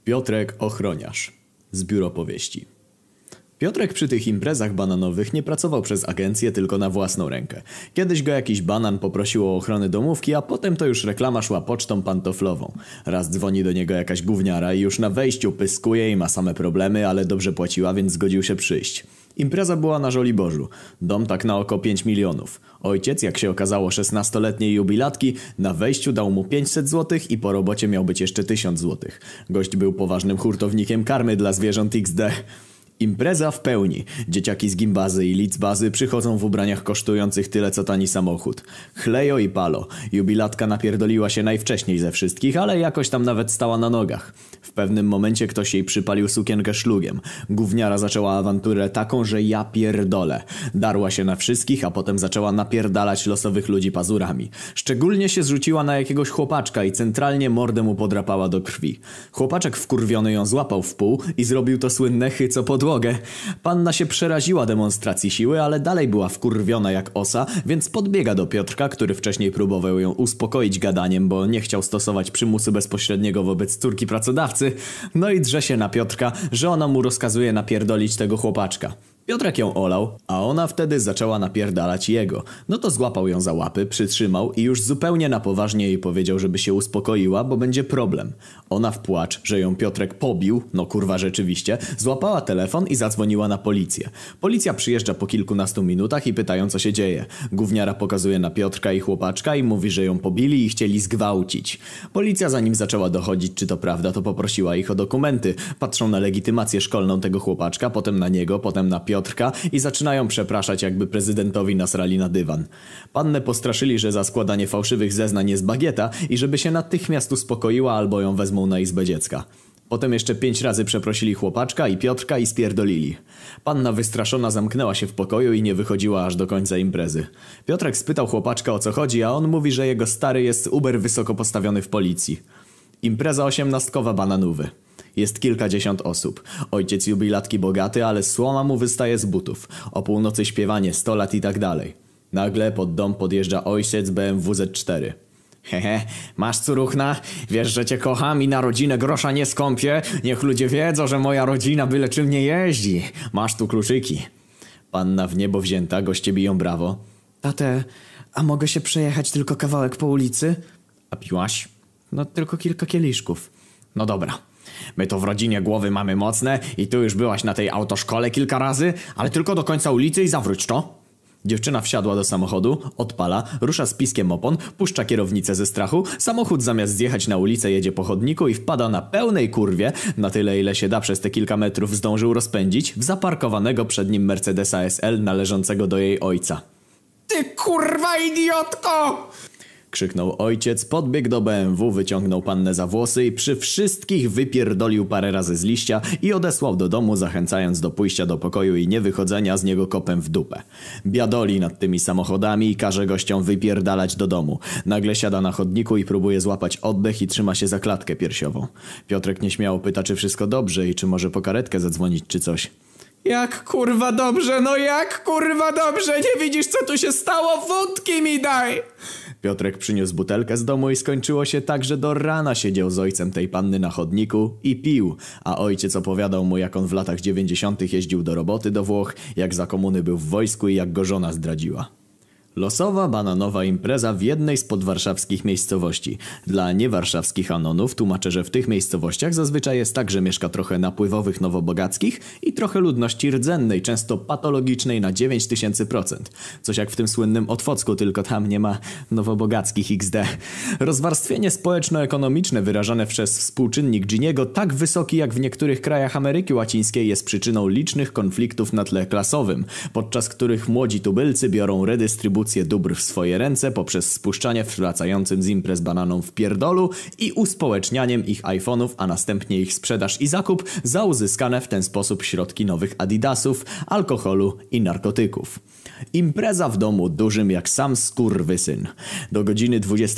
Piotrek Ochroniarz z Biuro Powieści. Piotrek przy tych imprezach bananowych nie pracował przez agencję, tylko na własną rękę. Kiedyś go jakiś banan poprosił o ochronę domówki, a potem to już reklama szła pocztą pantoflową. Raz dzwoni do niego jakaś gówniara i już na wejściu pyskuje i ma same problemy, ale dobrze płaciła, więc zgodził się przyjść. Impreza była na Żoliborzu. Dom tak na oko 5 milionów. Ojciec, jak się okazało 16-letniej jubilatki, na wejściu dał mu 500 zł i po robocie miał być jeszcze 1000 zł. Gość był poważnym hurtownikiem karmy dla zwierząt XD. Impreza w pełni. Dzieciaki z gimbazy i licbazy przychodzą w ubraniach kosztujących tyle co tani samochód. Chlejo i palo. Jubilatka napierdoliła się najwcześniej ze wszystkich, ale jakoś tam nawet stała na nogach. W pewnym momencie ktoś jej przypalił sukienkę szlugiem. Gówniara zaczęła awanturę taką, że ja pierdolę. Darła się na wszystkich, a potem zaczęła napierdalać losowych ludzi pazurami. Szczególnie się zrzuciła na jakiegoś chłopaczka i centralnie mordę mu podrapała do krwi. Chłopaczek wkurwiony ją złapał w pół i zrobił to słynne chyco podłogę. Panna się przeraziła demonstracji siły, ale dalej była wkurwiona jak osa, więc podbiega do Piotrka, który wcześniej próbował ją uspokoić gadaniem, bo nie chciał stosować przymusu bezpośredniego wobec córki pracodawcy. No i drze się na Piotrka, że ona mu rozkazuje napierdolić tego chłopaczka. Piotrek ją olał, a ona wtedy zaczęła napierdalać jego. No to złapał ją za łapy, przytrzymał i już zupełnie na poważnie jej powiedział, żeby się uspokoiła, bo będzie problem. Ona w płacz, że ją Piotrek pobił, no kurwa rzeczywiście, złapała telefon i zadzwoniła na policję. Policja przyjeżdża po kilkunastu minutach i pytają, co się dzieje. Gówniara pokazuje na Piotrka i chłopaczka i mówi, że ją pobili i chcieli zgwałcić. Policja zanim zaczęła dochodzić, czy to prawda, to poprosiła ich o dokumenty. Patrzą na legitymację szkolną tego chłopaczka, potem na niego, potem na Piotrka i zaczynają przepraszać, jakby prezydentowi nasrali na dywan. Pannę postraszyli, że za składanie fałszywych zeznań jest bagieta i żeby się natychmiast uspokoiła albo ją wezmą na izbę dziecka. Potem jeszcze 5 razy przeprosili chłopaczka i Piotrka i spierdolili. Panna wystraszona zamknęła się w pokoju i nie wychodziła aż do końca imprezy. Piotrek spytał chłopaczka, o co chodzi, a on mówi, że jego stary jest uber wysoko postawiony w policji. Impreza 18-kowa bananówy. Jest kilkadziesiąt osób. Ojciec jubilatki bogaty, ale słoma mu wystaje z butów. O północy śpiewanie, 100 lat i tak dalej. Nagle pod dom podjeżdża ojciec BMW Z4. Hehe, masz curuchna? Wiesz, że cię kocham i na rodzinę grosza nie skąpię? Niech ludzie wiedzą, że moja rodzina byle czym nie jeździ. Masz tu kluczyki. Panna w niebo wzięta, goście biją brawo. Tatę, a mogę się przejechać tylko kawałek po ulicy? A piłaś? No tylko kilka kieliszków. No dobra. My to w rodzinie głowy mamy mocne i tu już byłaś na tej autoszkole kilka razy, ale tylko do końca ulicy i zawróć to. Dziewczyna wsiadła do samochodu, odpala, rusza z piskiem opon, puszcza kierownicę ze strachu, samochód zamiast zjechać na ulicę jedzie po chodniku i wpada na pełnej kurwie, na tyle ile się da przez te kilka metrów zdążył rozpędzić, w zaparkowanego przed nim Mercedesa SL należącego do jej ojca. Ty kurwa idiotko! Krzyknął ojciec, podbiegł do BMW, wyciągnął pannę za włosy i przy wszystkich wypierdolił parę razy z liścia i odesłał do domu, zachęcając do pójścia do pokoju i niewychodzenia z niego kopem w dupę. Biadoli nad tymi samochodami i każe gościom wypierdalać do domu. Nagle siada na chodniku i próbuje złapać oddech i trzyma się za klatkę piersiową. Piotrek nieśmiało pyta, czy wszystko dobrze i czy może po karetkę zadzwonić czy coś. Jak kurwa dobrze, no jak kurwa dobrze, nie widzisz co tu się stało? Wódki mi daj! Piotrek przyniósł butelkę z domu i skończyło się tak, że do rana siedział z ojcem tej panny na chodniku i pił, a ojciec opowiadał mu, jak on w latach 90. jeździł do roboty do Włoch, jak za komuny był w wojsku i jak go żona zdradziła. Losowa bananowa impreza w jednej z podwarszawskich miejscowości. Dla niewarszawskich anonów tłumaczę, że w tych miejscowościach zazwyczaj jest tak, że mieszka trochę napływowych nowobogackich i trochę ludności rdzennej, często patologicznej na 9000%. Coś jak w tym słynnym Otwocku, tylko tam nie ma nowobogackich XD. Rozwarstwienie społeczno-ekonomiczne wyrażane przez współczynnik Giniego tak wysoki jak w niektórych krajach Ameryki Łacińskiej jest przyczyną licznych konfliktów na tle klasowym, podczas których młodzi tubylcy biorą redystrybucję dóbr w swoje ręce poprzez spuszczanie wracającym z imprez bananom w pierdolu i uspołecznianiem ich iPhone'ów, a następnie ich sprzedaż i zakup za uzyskane w ten sposób środki nowych adidasów, alkoholu i narkotyków. Impreza w domu dużym jak sam skurwysyn. Do godziny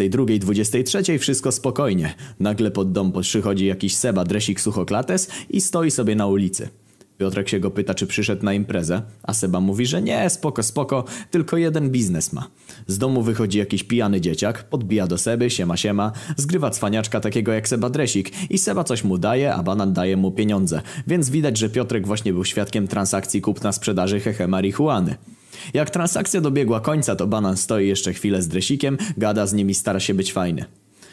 22:23 wszystko spokojnie. Nagle pod dom przychodzi jakiś Seba Dresik Suchoklates i stoi sobie na ulicy. Piotrek się go pyta, czy przyszedł na imprezę, a Seba mówi, że nie, spoko, spoko, tylko jeden biznes ma. Z domu wychodzi jakiś pijany dzieciak, podbija do Seby, siema, zgrywa cwaniaczka takiego jak Seba Dresik i Seba coś mu daje, a Banan daje mu pieniądze, więc widać, że Piotrek właśnie był świadkiem transakcji kupna-sprzedaży marihuany. Jak transakcja dobiegła końca, to Banan stoi jeszcze chwilę z Dresikiem, gada z nim i stara się być fajny.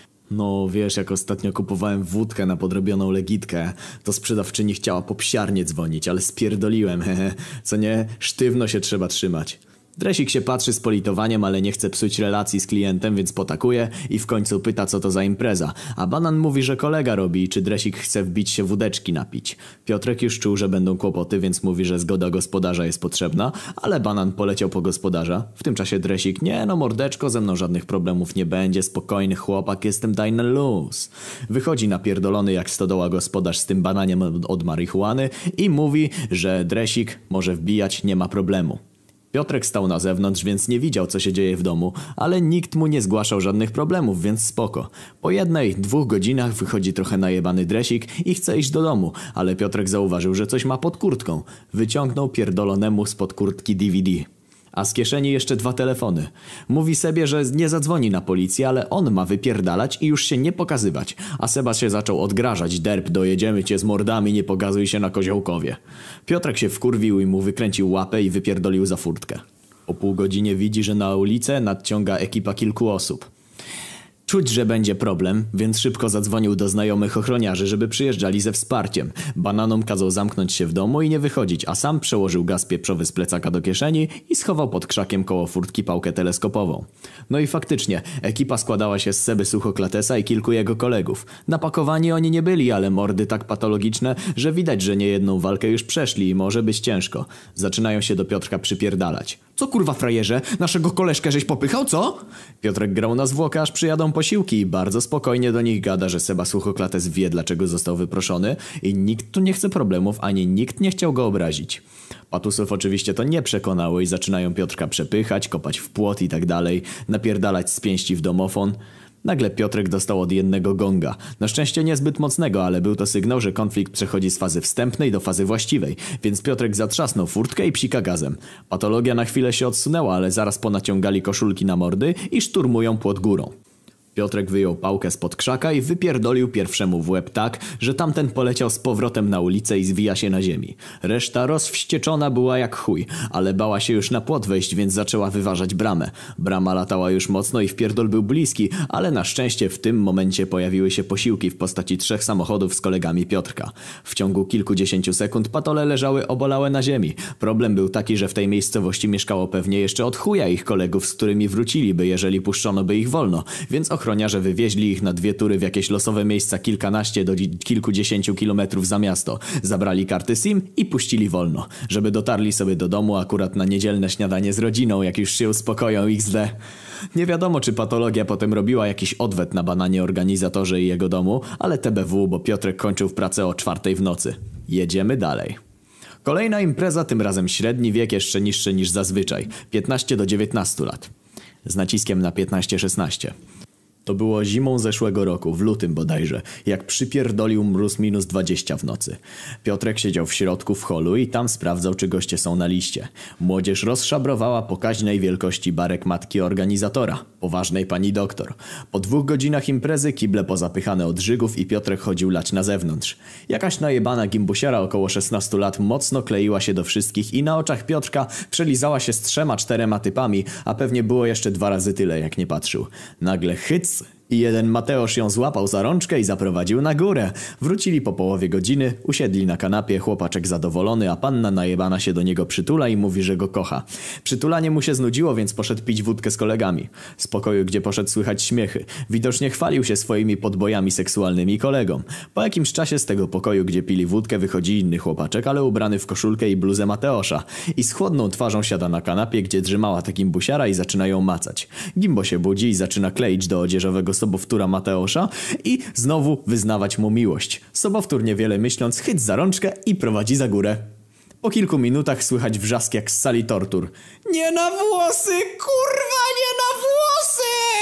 No wiesz, jak ostatnio kupowałem wódkę na podrobioną legitkę, to sprzedawczyni chciała po psiarnie dzwonić, ale spierdoliłem, hehe. Co nie, sztywno się trzeba trzymać. Dresik się patrzy z politowaniem, ale nie chce psuć relacji z klientem, więc potakuje i w końcu pyta, co to za impreza. A Banan mówi, że kolega robi, czy Dresik chce wbić się wódeczki napić. Piotrek już czuł, że będą kłopoty, więc mówi, że zgoda gospodarza jest potrzebna, ale Banan poleciał po gospodarza. W tym czasie Dresik, nie no mordeczko, ze mną żadnych problemów nie będzie, spokojny chłopak, jestem daj na luz. Wychodzi napierdolony jak stodoła gospodarz z tym bananiem od marihuany i mówi, że Dresik może wbijać, nie ma problemu. Piotrek stał na zewnątrz, więc nie widział, co się dzieje w domu, ale nikt mu nie zgłaszał żadnych problemów, więc spoko. Po 1-2 godzinach wychodzi trochę najebany Dresik i chce iść do domu, ale Piotrek zauważył, że coś ma pod kurtką. Wyciągnął pierdolonemu spod kurtki DVD. A z kieszeni jeszcze 2 telefony. Mówi Sebie, że nie zadzwoni na policję, ale on ma wypierdalać i już się nie pokazywać. A Seba się zaczął odgrażać. Derp, dojedziemy cię z mordami, nie pokazuj się na Koziołkowie. Piotrek się wkurwił i mu wykręcił łapę i wypierdolił za furtkę. Po pół godzinie widzi, że na ulicę nadciąga ekipa kilku osób. Czuć, że będzie problem, więc szybko zadzwonił do znajomych ochroniarzy, żeby przyjeżdżali ze wsparciem. Bananom kazał zamknąć się w domu i nie wychodzić, a sam przełożył gaz pieprzowy z plecaka do kieszeni i schował pod krzakiem koło furtki pałkę teleskopową. No i faktycznie, ekipa składała się z Seby Suchoklatesa i kilku jego kolegów. Napakowani oni nie byli, ale mordy tak patologiczne, że widać, że niejedną walkę już przeszli i może być ciężko. Zaczynają się do Piotrka przypierdalać. Co kurwa frajerze? Naszego koleżkę żeś popychał, co? Piotrek grał na zwłokę, aż przyjadą posiłki i bardzo spokojnie do nich gada, że Seba Suchoklates wie, dlaczego został wyproszony i nikt tu nie chce problemów, ani nikt nie chciał go obrazić. Patusów oczywiście to nie przekonało i zaczynają Piotrka przepychać, kopać w płot i tak dalej, napierdalać z pięści w domofon. Nagle Piotrek dostał od jednego gonga. Na szczęście niezbyt mocnego, ale był to sygnał, że konflikt przechodzi z fazy wstępnej do fazy właściwej, więc Piotrek zatrzasnął furtkę i psika gazem. Patologia na chwilę się odsunęła, ale zaraz ponaciągali koszulki na mordy i szturmują płot górą. Piotrek wyjął pałkę spod krzaka i wypierdolił pierwszemu w łeb tak, że tamten poleciał z powrotem na ulicę i zwija się na ziemi. Reszta rozwścieczona była jak chuj, ale bała się już na płot wejść, więc zaczęła wyważać bramę. Brama latała już mocno i wpierdol był bliski, ale na szczęście w tym momencie pojawiły się posiłki w postaci 3 samochodów z kolegami Piotrka. W ciągu kilkudziesięciu sekund patole leżały obolałe na ziemi. Problem był taki, że w tej miejscowości mieszkało pewnie jeszcze od chuja ich kolegów, z którymi wróciliby, jeżeli puszczono by ich wolno, więc ochroniarze wywieźli ich na 2 tury w jakieś losowe miejsca kilkanaście do kilkudziesięciu kilometrów za miasto. Zabrali karty SIM i puścili wolno, żeby dotarli sobie do domu akurat na niedzielne śniadanie z rodziną, jak już się uspokoją XD. Nie wiadomo, czy patologia potem robiła jakiś odwet na Bananie organizatorze i jego domu, ale TBW, bo Piotrek kończył w pracę o 4 w nocy. Jedziemy dalej. Kolejna impreza, tym razem średni wiek jeszcze niższy niż zazwyczaj. 15 do 19 lat. Z naciskiem na 15-16. To było zimą zeszłego roku, w lutym bodajże, jak przypierdolił mróz -20 w nocy. Piotrek siedział w środku w holu i tam sprawdzał, czy goście są na liście. Młodzież rozszabrowała pokaźnej wielkości barek matki organizatora, poważnej pani doktor. Po 2 godzinach imprezy kible pozapychane od żygów i Piotrek chodził lać na zewnątrz. Jakaś najebana gimbusiara około 16 lat mocno kleiła się do wszystkich i na oczach Piotrka przelizała się z 3-4 typami, a pewnie było jeszcze 2 razy tyle, jak nie patrzył. Nagle hyc! I jeden Mateusz ją złapał za rączkę i zaprowadził na górę. Wrócili po połowie godziny, usiedli na kanapie, chłopaczek zadowolony, a panna najebana się do niego przytula i mówi, że go kocha. Przytulanie mu się znudziło, więc poszedł pić wódkę z kolegami. Z pokoju, gdzie poszedł, słychać śmiechy. Widocznie chwalił się swoimi podbojami seksualnymi kolegom. Po jakimś czasie z tego pokoju, gdzie pili wódkę, wychodzi inny chłopaczek, ale ubrany w koszulkę i bluzę Mateosza. I z chłodną twarzą siada na kanapie, gdzie drzemała ta gimbusiara i zaczyna ją macać. Gimbo się budzi i zaczyna kleić do odzieżowego sobowtóra Mateosza i znowu wyznawać mu miłość. Sobowtór niewiele myśląc chyć za rączkę i prowadzi za górę. Po kilku minutach słychać wrzask jak z sali tortur. Nie na włosy! Kurwa, nie na włosy!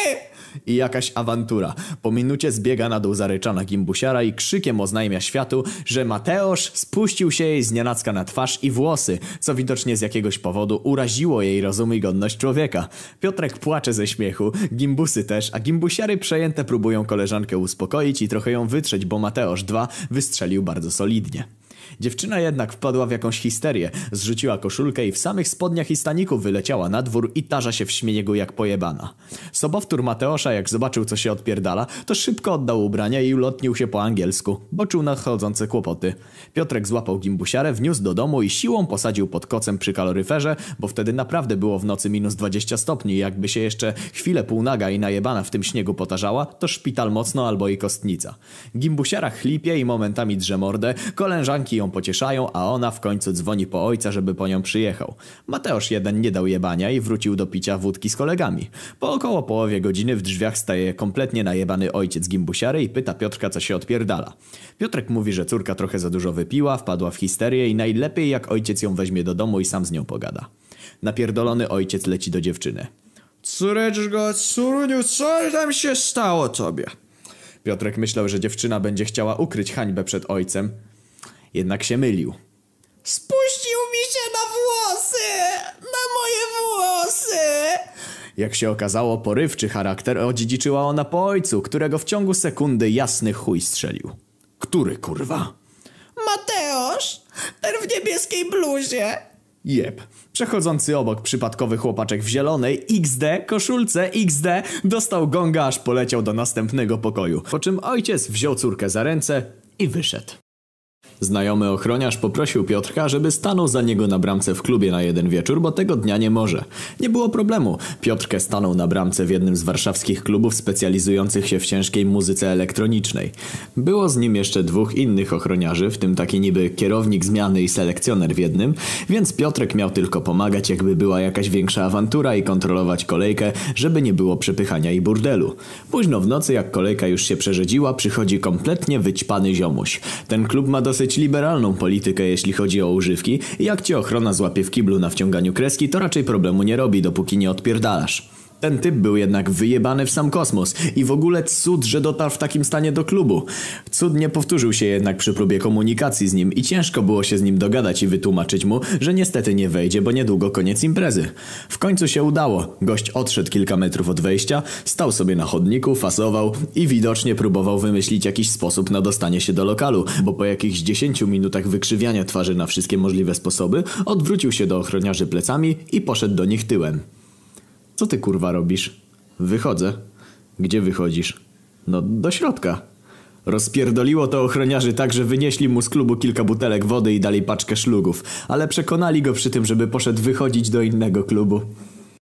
I jakaś awantura. Po minucie zbiega na dół zaryczana gimbusiara i krzykiem oznajmia światu, że Mateusz spuścił się jej znienacka na twarz i włosy, co widocznie z jakiegoś powodu uraziło jej rozum i godność człowieka. Piotrek płacze ze śmiechu, gimbusy też, a gimbusiary przejęte próbują koleżankę uspokoić i trochę ją wytrzeć, bo Mateusz 2 wystrzelił bardzo solidnie. Dziewczyna jednak wpadła w jakąś histerię, zrzuciła koszulkę i w samych spodniach i staniku wyleciała na dwór i tarza się w śmieniegu jak pojebana. Sobowtór Mateusza, jak zobaczył, co się odpierdala, to szybko oddał ubrania i ulotnił się po angielsku, bo czuł nadchodzące kłopoty. Piotrek złapał gimbusiarę, wniósł do domu i siłą posadził pod kocem przy kaloryferze, bo wtedy naprawdę było w nocy minus 20 stopni i jakby się jeszcze chwilę półnaga i najebana w tym śniegu potarzała, to szpital mocno albo i kostnica. Gimbusiara chlipie i momentami drze mordę, koleżanki ją pocieszają, a ona w końcu dzwoni po ojca, żeby po nią przyjechał. Mateusz jeden nie dał jebania i wrócił do picia wódki z kolegami. Po około połowie godziny w drzwiach staje kompletnie najebany ojciec gimbusiary i pyta Piotrka, co się odpierdala. Piotrek mówi, że córka trochę za dużo wypiła, wpadła w histerię i najlepiej jak ojciec ją weźmie do domu i sam z nią pogada. Napierdolony ojciec leci do dziewczyny. Córeczko, córuniu, co tam się stało tobie? Piotrek myślał, że dziewczyna będzie chciała ukryć hańbę przed ojcem. Jednak się mylił. Spuścił mi się na włosy! Na moje włosy! Jak się okazało, porywczy charakter odziedziczyła ona po ojcu, którego w ciągu sekundy jasny chuj strzelił. Który, kurwa? Mateusz! Ten w niebieskiej bluzie! Jeb. Przechodzący obok przypadkowy chłopaczek w zielonej XD, koszulce XD, dostał gonga, aż poleciał do następnego pokoju. Po czym ojciec wziął córkę za ręce i wyszedł. Znajomy ochroniarz poprosił Piotrka, żeby stanął za niego na bramce w klubie na jeden wieczór, bo tego dnia nie może. Nie było problemu. Piotrkę stanął na bramce w jednym z warszawskich klubów specjalizujących się w ciężkiej muzyce elektronicznej. Było z nim jeszcze 2 innych ochroniarzy, w tym taki niby kierownik zmiany i selekcjoner w jednym, więc Piotrek miał tylko pomagać, jakby była jakaś większa awantura i kontrolować kolejkę, żeby nie było przepychania i burdelu. Późno w nocy, jak kolejka już się przerzedziła, przychodzi kompletnie wyćpany ziomuś. Ten klub ma dosyć liberalną politykę, jeśli chodzi o używki i jak cię ochrona złapie w kiblu na wciąganiu kreski, to raczej problemu nie robi, dopóki nie odpierdalasz. Ten typ był jednak wyjebany w sam kosmos i w ogóle cud, że dotarł w takim stanie do klubu. Cud nie powtórzył się jednak przy próbie komunikacji z nim i ciężko było się z nim dogadać i wytłumaczyć mu, że niestety nie wejdzie, bo niedługo koniec imprezy. W końcu się udało. Gość odszedł kilka metrów od wejścia, stał sobie na chodniku, fasował i widocznie próbował wymyślić jakiś sposób na dostanie się do lokalu, bo po jakichś 10 minutach wykrzywiania twarzy na wszystkie możliwe sposoby odwrócił się do ochroniarzy plecami i poszedł do nich tyłem. Co ty kurwa robisz? Wychodzę. Gdzie wychodzisz? No do środka. Rozpierdoliło to ochroniarzy tak, że wynieśli mu z klubu kilka butelek wody i dali paczkę szlugów, ale przekonali go przy tym, żeby poszedł wychodzić do innego klubu.